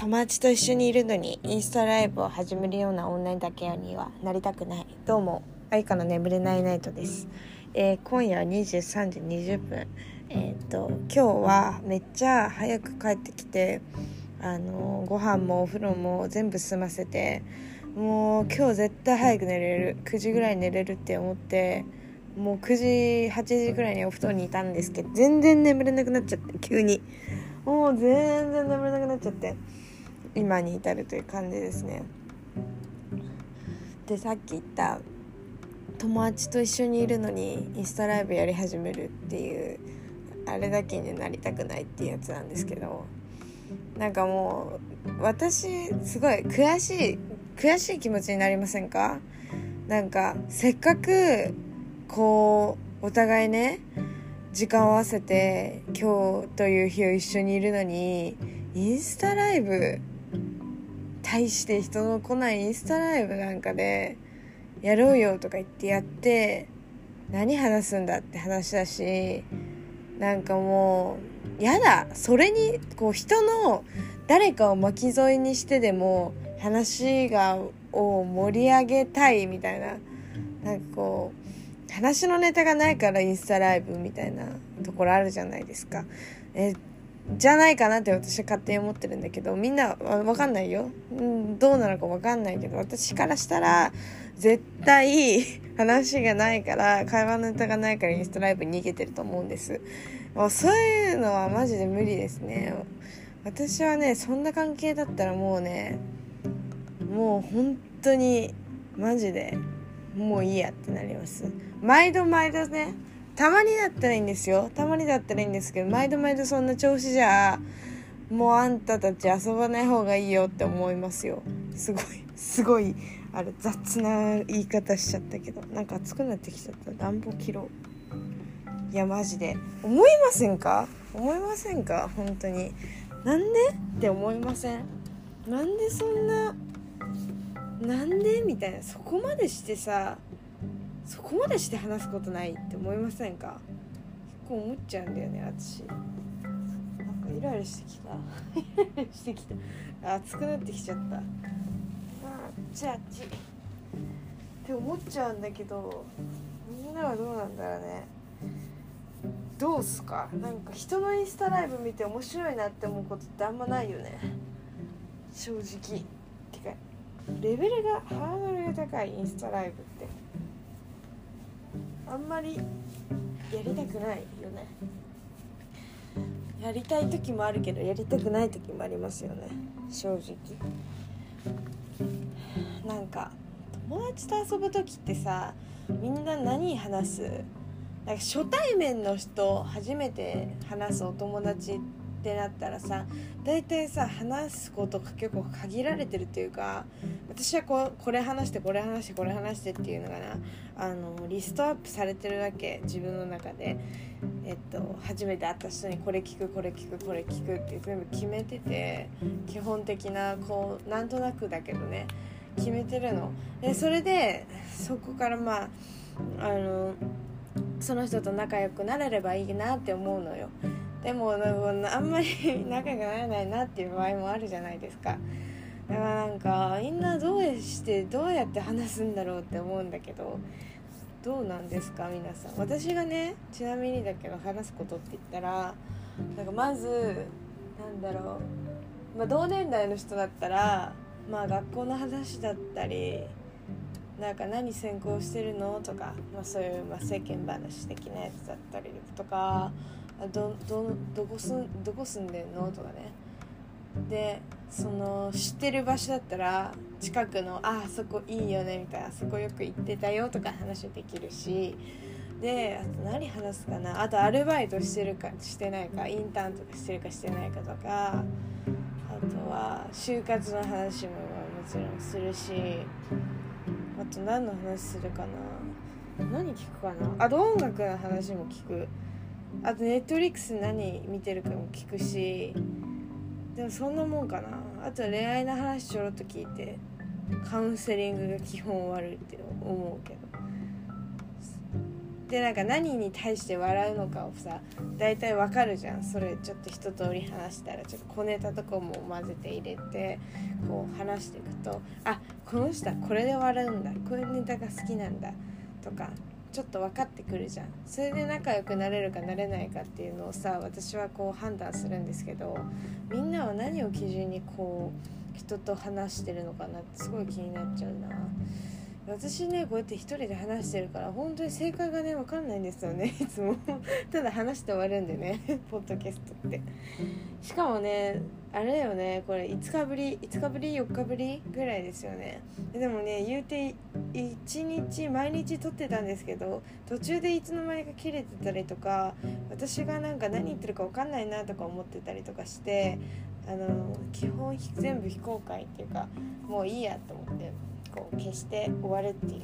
友達と一緒にいるのにインスタライブを始めるような女だけにはなりたくない。どうも、愛花の眠れないナイトです。今夜は23時20分。今日はめっちゃ早く帰ってきて、ご飯もお風呂も全部済ませて、もう今日絶対早く寝れる、9時ぐらい寝れるって思って、もう9時8時ぐらいにお布団にいたんですけど、全然眠れなくなっちゃって、急にもう全然眠れなくなっちゃって、今に至るという感じですね。で、さっき言った友達と一緒にいるのにインスタライブやり始めるっていう、あれだけになりたくないっていうやつなんですけど、なんかもう私すごい悔しい気持ちになりませんか？なんかせっかくこうお互いね時間を合わせて今日という日を一緒にいるのに、インスタライブ、大して人の来ないインスタライブなんかでやろうよとか言ってやって何話すんだって話だし、なんかもうやだ。それにこう人の誰かを巻き添えにしてでも話を盛り上げたいみたいな、なんかこう話のネタがないからインスタライブみたいなところあるじゃないですか。じゃないかなって私は勝手に思ってるんだけど、みんな分かんないよ、どうなのか分かんないけど、私からしたら絶対話がないから、会話のネタがないからインスタライブに逃げてると思うんです。もうそういうのはマジで無理ですね。私はね、そんな関係だったらもう本当にマジでもういいやってなります。毎度ね、たまにだったらいいんですよ。たまにだったらいいんですけど、毎度そんな調子じゃもうあんたたち遊ばない方がいいよって思いますよ。すごいあれ雑な言い方しちゃったけど、なんか暑くなってきちゃった。暖房切ろう。いやマジで思いませんか本当に。なんでって思いません？なんでそんな、なんでみたいな、そこまでして話すことないって思いませんか？結構思っちゃうんだよね、私。なんかイライラしてきた暑くなってきちゃった。じゃあって思っちゃうんだけど、みんなはどうなんだろうね。どうすか？なんか人のインスタライブ見て面白いなって思うことってあんまないよね、正直。てかレベルがハードルが高いインスタライブってあんまりやりたくないよね。やりたい時もあるけどやりたくない時もありますよね、正直。なんか友達と遊ぶ時ってさ、みんな何話す？なんか初対面の人、初めて話すお友達ってなったらさ、大体さ話すことが結構限られてるっていうか、私はこれ話してこれ話してこれ話してっていうのがな、リストアップされてるわけ、自分の中で。初めて会った人にこれ聞くって全部決めてて、基本的なこうなんとなくだけどね決めてるので、それでそこからその人と仲良くなれればいいなって思うのよ。でもあんまり仲良くなれないなっていう場合もあるじゃないですか。だからなんかみんなどうやって話すんだろうって思うんだけど、どうなんですか皆さん。私がね、ちなみにだけど話すことって言ったら、なんかまず同年代の人だったら学校の話だったり、なんか何専攻してるのとか、そういう世間話的なやつだったりとか、どこ住んでんのとかね。でその知ってる場所だったら近くのあそこいいよねみたいな、あそこよく行ってたよとか話できるし、であと何話すかな、あとアルバイトしてるかしてないか、インターンとかしてるかしてないかとか、あとは就活の話ももちろんするし、あと何の話するかな、何聞くかな、あと音楽の話も聞く、あとネットフリックス何見てるかも聞くし、でもそんなもんかな。あと恋愛の話ちょろっと聞いて、カウンセリングが基本終わるって思うけど、 でなんか何に対して笑うのかをさ大体わかるじゃん。それちょっと一通り話したらちょっと小ネタとかも混ぜて入れてこう話していくと、あ、この人はこれで笑うんだ、こういうネタが好きなんだとかちょっと分かってくるじゃん。それで仲良くなれるかなれないかっていうのをさ私はこう判断するんですけど、みんなは何を基準にこう人と話してるのかなってすごい気になっちゃうな。私ねこうやって一人で話してるから本当に正解がね分かんないんですよねいつもただ話して終わるんでねポッドキャストって。しかもねあれだよね、これ5日ぶり4日ぶりぐらいですよね。でもね言うて1日毎日撮ってたんですけど、途中でいつの間にか切れてたりとか、私がなんか何言ってるか分かんないなとか思ってたりとかして、基本全部非公開っていうかもういいやと思ってこう消して終わるっていう、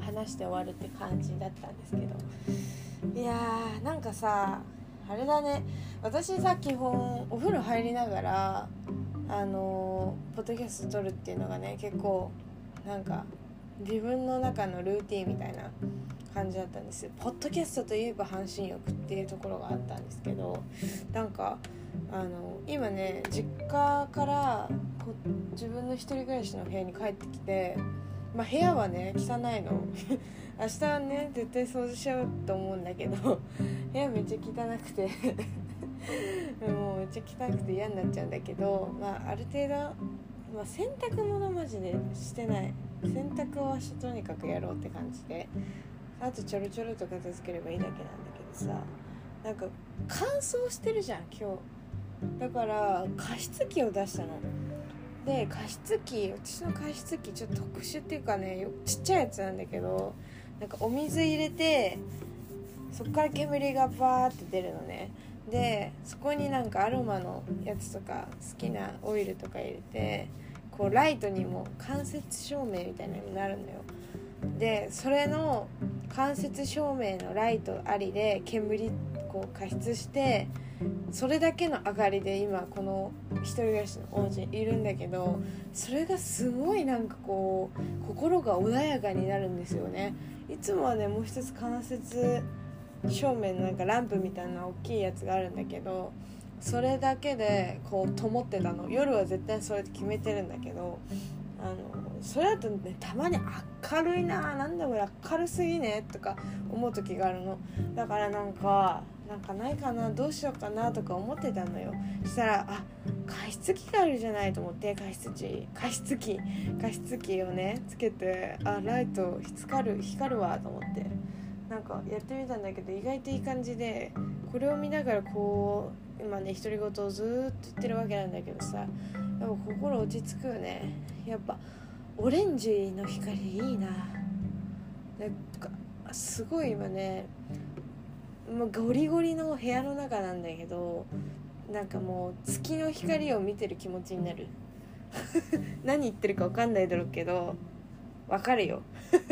話して終わるって感じだったんですけど、いやーなんかさあれだね、私さ基本お風呂入りながらポッドキャスト撮るっていうのがね結構なんか自分の中のルーティンみたいな感じだったんですよ。ポッドキャストといえば半身浴っていうところがあったんですけど、なんか今ね実家から自分の一人暮らしの部屋に帰ってきて、まあ、部屋はね汚いの明日はね絶対掃除しようと思うんだけど部屋めっちゃ汚くてもうめっちゃ汚くて嫌になっちゃうんだけど、まあ、ある程度、まあ、洗濯物マジでしてない、洗濯は明日とにかくやろうって感じで、あとちょろちょろと片付ければいいだけなんだけどさ、なんか乾燥してるじゃん今日。だから加湿器を出したので、加湿器、私の加湿器ちょっと特殊っていうかねちっちゃいやつなんだけど、なんかお水入れてそこから煙がバーって出るのね。でそこになんかアロマのやつとか好きなオイルとか入れて、こうライトにも間接照明みたいなのになるんだよ。でそれの間接照明のライトありで煙こう加湿して、それだけの明かりで今この一人暮らしのお家にいるんだけど、それがすごいなんかこう心が穏やかになるんですよね。いつもはねもう一つ間接照明のなんかランプみたいな大きいやつがあるんだけど、それだけでこう灯ってたの。夜は絶対それで決めてるんだけど、それだとねたまに明るいな、なんだこれ明るすぎねとか思う時があるの。だからなんかないかな、どうしようかなとか思ってたのよ。そしたら加湿器があるじゃないと思って、加湿器をねつけて、ライト光るわと思ってなんかやってみたんだけど、意外といい感じで、これを見ながらこう今ね独り言をずーっと言ってるわけなんだけどさ、でも心落ち着くよね。やっぱオレンジの光いいな。なんかすごい今ねもうゴリゴリの部屋の中なんだけど、なんかもう月の光を見てる気持ちになる何言ってるか分かんないだろうけど分かるよ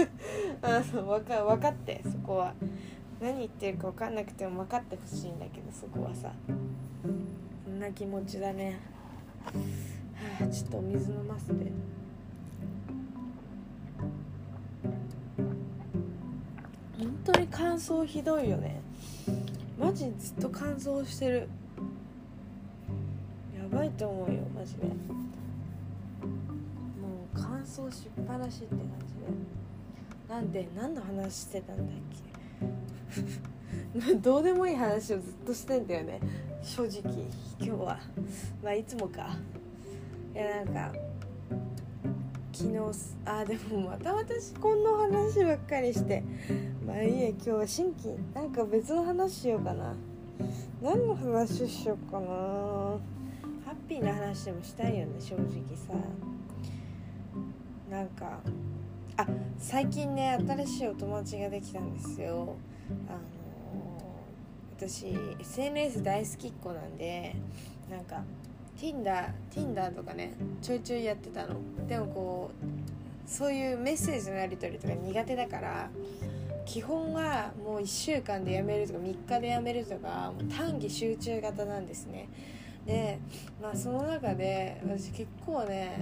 分かって、そこは何言ってるか分かんなくても分かってほしいんだけど、そこはさこんな気持ちだね。ちょっとお水飲ませて。本当に乾燥ひどいよね。マジずっと乾燥してる。やばいと思うよマジで。もう乾燥しっぱなしって感じで。何の話してたんだっけどうでもいい話をずっとしてんだよね正直今日は。まあいつもか。いやなんか昨日でもまた私こんな話ばっかりして、まあいいや、今日は新規なんか別の話しようかな。何の話しようかな。ハッピーな話でもしたいよね正直さ。なんか最近ね新しいお友達ができたんですよ。私 SNS 大好きっ子なんで、なんかTinder とかねちょいちょいやってたの。でもこうそういうメッセージのやり取りとか苦手だから、基本はもう1週間でやめるとか3日でやめるとか、もう短期集中型なんですね。で、まあその中で私結構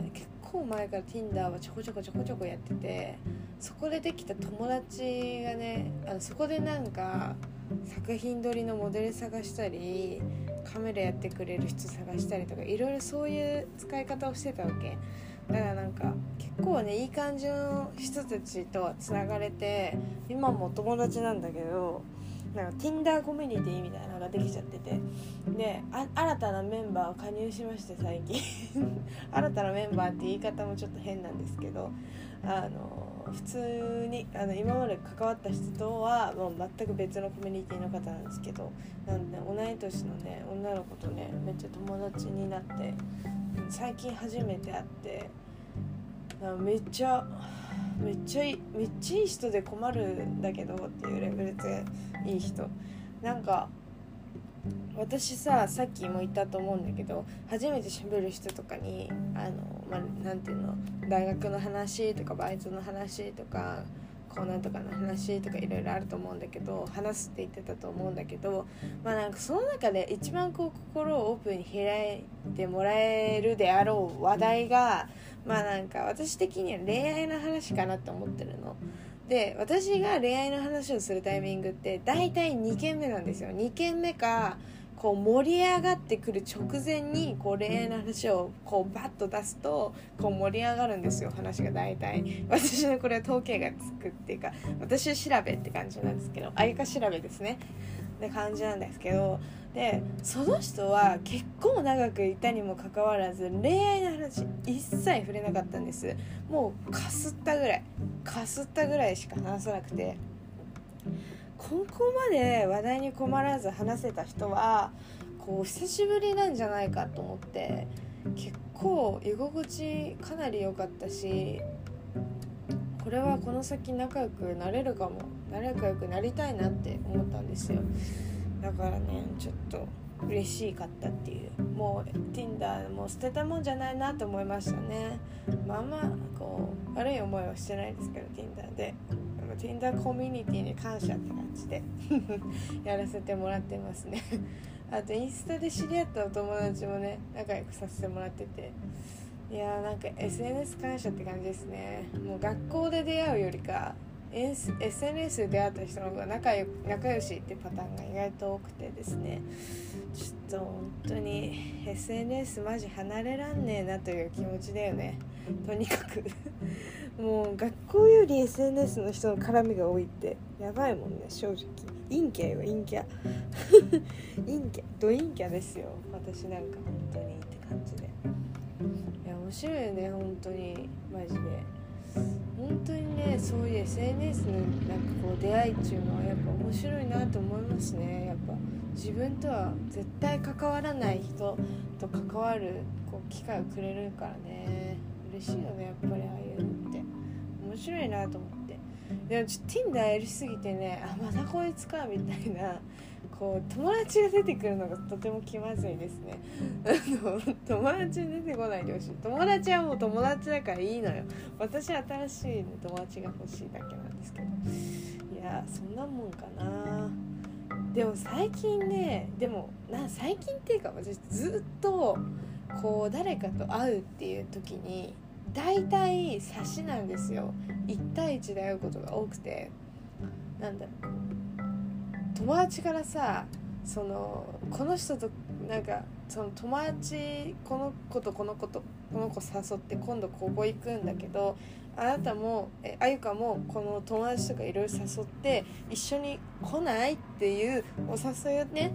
構前から Tinder はちょこちょこやってて、そこでできた友達がね、そこでなんか作品撮りのモデル探したり、カメラやってくれる人探したりとか、いろいろそういう使い方をしてたわけだから、なんか結構ねいい感じの人たちとはつながれて、今も友達なんだけど、なんか Tinder コミュニティみたいなのができちゃってて、で新たなメンバーを加入しまして最近新たなメンバーって言い方もちょっと変なんですけど、普通に今まで関わった人とはもう全く別のコミュニティの方なんですけど、なんで同い年のね女の子とねめっちゃ友達になって、最近初めて会って、めっちゃいい人で困るんだけどっていうレベルでいい人。なんか私さっきも言ったと思うんだけど、初めて喋る人とかになんていうの、大学の話とかバイトの話とかコーナーとかの話とかいろいろあると思うんだけど、話すって言ってたと思うんだけど、なんかその中で一番心をオープンに開いてもらえるであろう話題が、なんか私的には恋愛の話かなって思ってるので、私が恋愛の話をするタイミングって大体2件目なんですよ。2件目かこう盛り上がってくる直前にこう恋愛の話をこうバッと出すとこう盛り上がるんですよ、話が。大体私のこれは統計がつくっていうか、私調べって感じなんですけど、あゆか調べですねって感じなんですけど、でその人は結構長くいたにもかかわらず恋愛の話一切触れなかったんです。もうかすったぐらいしか話さなくて、ここまで話題に困らず話せた人はこう久しぶりなんじゃないかと思って、結構居心地かなり良かったし、これはこの先仲良くなれるかも、仲良くなりたいなって思ったんですよ。だからねちょっと嬉しかったっていう、もう Tinder もう捨てたもんじゃないなと思いましたね。こう悪い思いはしてないですけど Tinder で、Tinder コミュニティに感謝って感じでやらせてもらってますねあとインスタで知り合ったお友達もね仲良くさせてもらってて、いやなんか SNS 感謝って感じですね。もう学校で出会うよりかSNS で出会った人の方が仲良しってパターンが意外と多くてですね、ちょっと本当に SNS マジ離れらんねえなという気持ちだよね。とにかくもう学校より SNS の人の絡みが多いってやばいもんね、正直。陰キャよ、陰キャド陰キャですよ私なんか本当にって感じで。いや面白いよね本当にマジで。本当にねそういう SNS のなんかこう出会いっていうのはやっぱ面白いなと思いますね。やっぱ自分とは絶対関わらない人と関わるこう機会をくれるからね、嬉しいよねやっぱり。ああいうのって面白いなと思って。でもTinder やりすぎてね、またこいつかみたいなこう友達が出てくるのがとても気まずいですね友達出てこないでほしい。友達はもう友達だからいいのよ。私は新しい、ね、友達が欲しいだけなんですけど、いやそんなもんかな。でも最近ね、最近っていうか私ずっとこう誰かと会うっていう時に大体差しなんですよ。1対1で会うことが多くて、なんだろう、友達からさこの人となんかその友達この子誘って今度ここ行くんだけど、あなたもあゆかもこの友達とかいろいろ誘って一緒に来ないっていうお誘いをね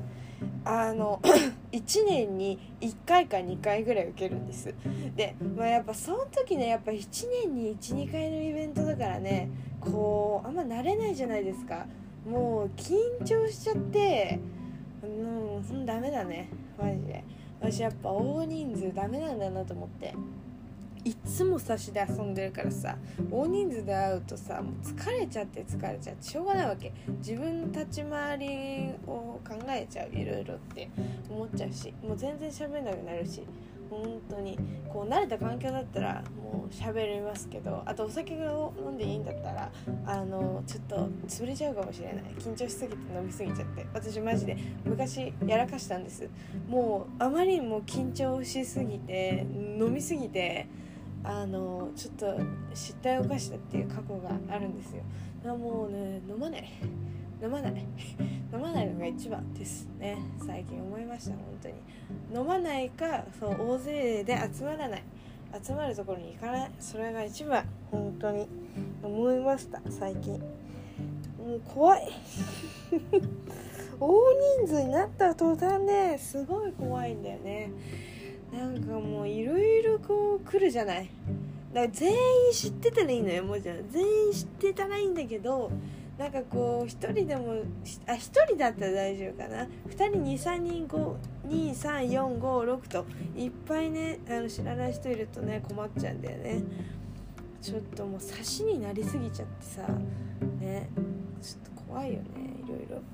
1年に1回か2回ぐらい受けるんです。で、やっぱその時ねやっぱ1年に 1,2 回のイベントだからね、こうあんま慣れないじゃないですか。もう緊張しちゃってダメだねマジで。私やっぱ大人数ダメなんだなと思って、いつも差しで遊んでるからさ、大人数で会うとさもう疲れちゃってしょうがないわけ。自分の立ち回りを考えちゃう、いろいろって思っちゃうし、もう全然喋んなくなるし、本当にこう慣れた環境だったらもう喋りますけど、あとお酒を飲んでいいんだったらちょっと潰れちゃうかもしれない。緊張しすぎて飲みすぎちゃって、私マジで昔やらかしたんです。もうあまりにも緊張しすぎて飲みすぎてちょっと失態を犯したっていう過去があるんですよ。もうね飲まない飲まないのが一番ですね。最近思いました。本当に飲まないか、そう大勢で集まらない、集まるところに行かない、それが一番本当に思いました。最近もう怖い大人数になった途端ねすごい怖いんだよね。なんかもういろいろこう来るじゃない。だから全員知ってたらいいのよ。もちろん全員知ってたらいいんだけど、なんかこう一人でも一人だったら大丈夫かな。2人2、3人2、3、4、5、6といっぱいね知らない人いるとね困っちゃうんだよね。ちょっともう差しになりすぎちゃってさね、ちょっと怖いよね。いろいろ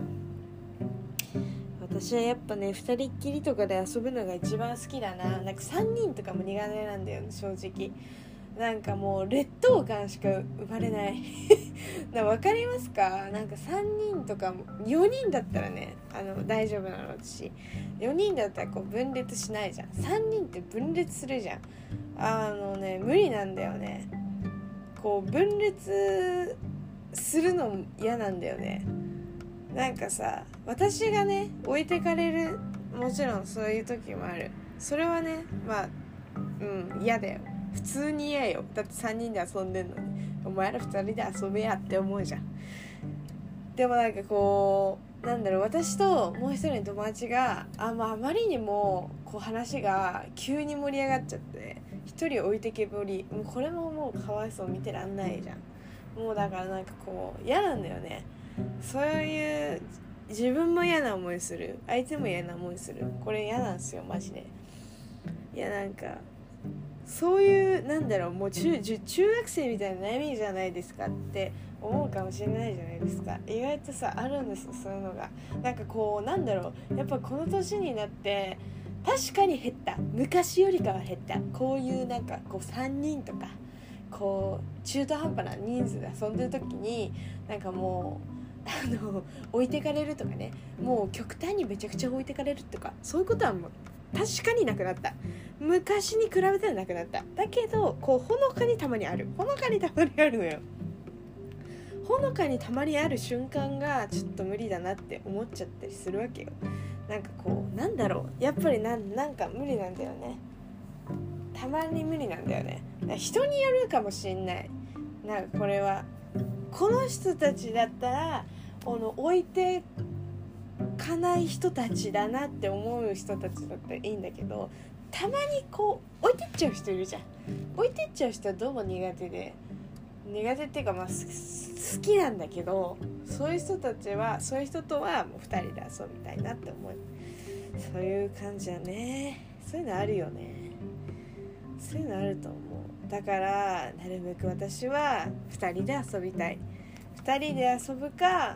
私はやっぱね2人っきりとかで遊ぶのが一番好きだな。なんか3人とかも苦手なんだよね正直。なんかもう劣等感しか生まれない分かりますか？なんか3人とかも4人だったらね大丈夫なの。私4人だったらこう分裂しないじゃん。3人って分裂するじゃん。無理なんだよね。こう分裂するの嫌なんだよね。なんかさ私がね置いてかれる、もちろんそういう時もある。それはね嫌だよ。普通に嫌よ。だって3人で遊んでんのにお前ら2人で遊べやって思うじゃん。でもなんかこう私ともう一人の友達があまりにもこう話が急に盛り上がっちゃって一人置いてけぼり、もうこれももうかわいそう、見てらんないじゃん。もうだからなんかこう嫌なんだよね。そういう自分も嫌な思いする、相手も嫌な思いする、これ嫌なんですよマジで。いやなんかそういうもう中学生みたいな悩みじゃないですかって思うかもしれないじゃないですか。意外とさあるんですよそういうのが。なんかこうやっぱこの年になって確かに減った、昔よりかは減った。こういうなんかこう3人とかこう中途半端な人数で遊んでる時になんかもう置いてかれるとかね、もう極端にめちゃくちゃ置いてかれるとかそういうことはもう確かになくなった。昔に比べたらなくなった。だけどこうほのかにたまにあるのよ。ほのかにたまにある瞬間がちょっと無理だなって思っちゃったりするわけよ。なんかこうやっぱりなんか無理なんだよね。たまに無理なんだよね。人によるかもしんない。なんかこれはこの人たちだったら置いてかない人たちだなって思う人たちだったらいいんだけど、たまにこう置いてっちゃう人いるじゃん。置いてっちゃう人はどうも苦手っていうか好きなんだけど、そういう人とはもう2人で遊びたいなって思う。そういう感じだね。そういうのあるよね。そういうのあると思う。だからなるべく私は2人で遊びたい。2人で遊ぶか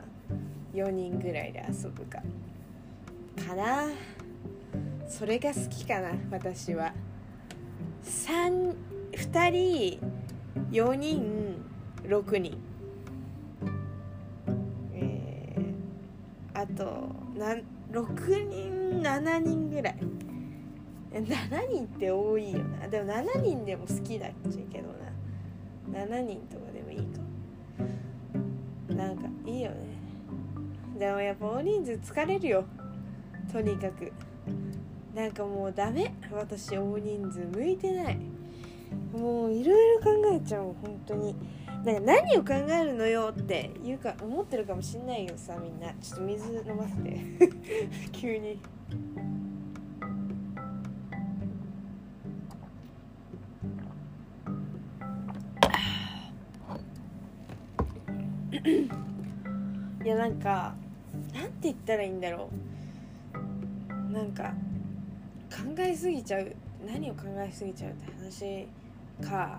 4人ぐらいで遊ぶかな。それが好きかな私は。2人4人6人あと6人7人ぐらい。7人って多いよな。でも7人でも好きだっちゃけどな。7人とかでもいいか。なんかいいよね。でもやっぱ大人数疲れるよ。とにかくなんかもうダメ。私大人数向いてない。もういろいろ考えちゃう。本当になんか何を考えるのよっていうか思ってるかもしんないよさ。みんなちょっと水飲ませて急にいやなんかなんて言ったらいいんだろう。なんか考えすぎちゃう。何を考えすぎちゃうって話か。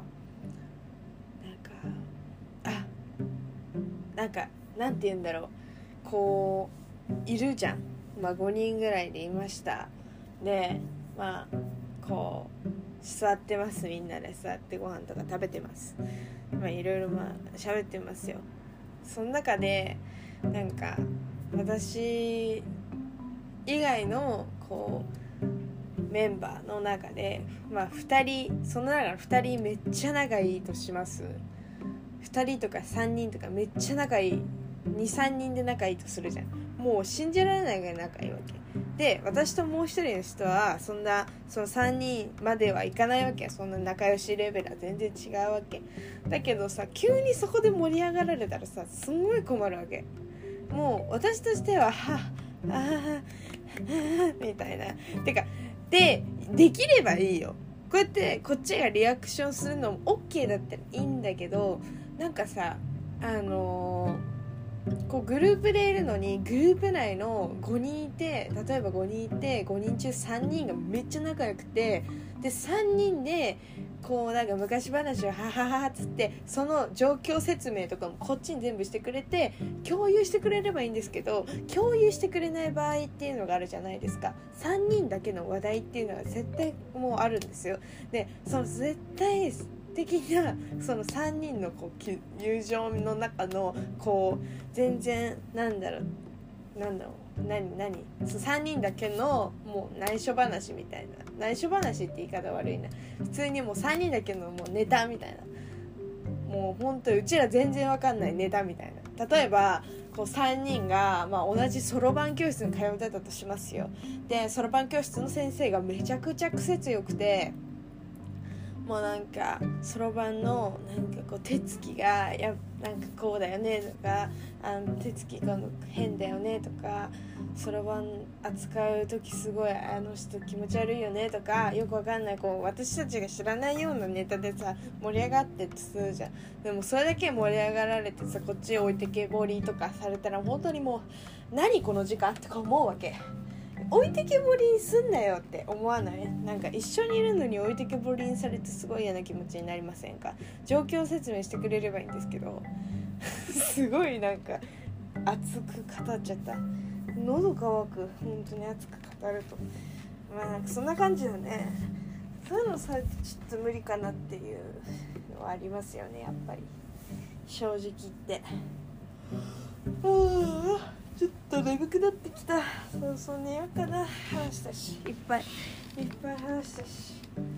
なんて言うんだろう。こういるじゃん。5人ぐらいでいました。でこう座ってます。みんなで座ってご飯とか食べてます。いろいろ喋ってますよ。その中でなんか私以外のこうメンバーの中で、2人、その中の2人めっちゃ仲いいとします。2人とか3人とかめっちゃ仲いい、 2,3 人で仲いいとするじゃん。もう信じられないぐらい仲いいわけで、私ともう一人の人はその3人まではいかないわけ。そんな仲良しレベルは全然違うわけだけどさ、急にそこで盛り上がられたらさ、すんごい困るわけ。もう私としてはみたいな。できればいいよ、こうやってこっちがリアクションするのも OK だったらいいんだけど、なんかさ、こうグループでいるのに、グループ内の5人いて、例えば5人いて、5人中3人がめっちゃ仲良くて、で3人でこうなんか昔話をはははっつって、その状況説明とかもこっちに全部してくれて共有してくれればいいんですけど、共有してくれない場合っていうのがあるじゃないですか。3人だけの話題っていうのは絶対もうあるんですよ。でその絶対的なその3人のこう友情の中のこう全然何3人だけのもう内緒話みたいな、内緒話って言い方悪いな、普通にもう3人だけのもうネタみたいな、もう本当にうちら全然わかんないネタみたいな。例えばこう3人が、同じそろばん教室に通ってたとしますよ。でそろばん教室の先生がめちゃくちゃ癖強くて、もうなんかそろばんのなんかこう手つきがなんかこうだよねとか、手つきが変だよねとか、そろばん扱う時すごい人気持ち悪いよねとか、よくわかんないこう私たちが知らないようなネタでさ盛り上がってってするじゃん。でもそれだけ盛り上がられてさ、こっち置いてけぼりとかされたら本当にもう何この時間とか思うわけ。置いてけぼりにすんなよって思わない？なんか一緒にいるのに置いてけぼりにされてすごい嫌な気持ちになりませんか？状況説明してくれればいいんですけどすごいなんか熱く語っちゃった。喉乾く、本当に熱く語るとなんかそんな感じだね。そういうのさちょっと無理かなっていうのはありますよね、やっぱり正直言って。ちょっと眠くなってきた。そう寝ようかな。話したしいっぱい話したし。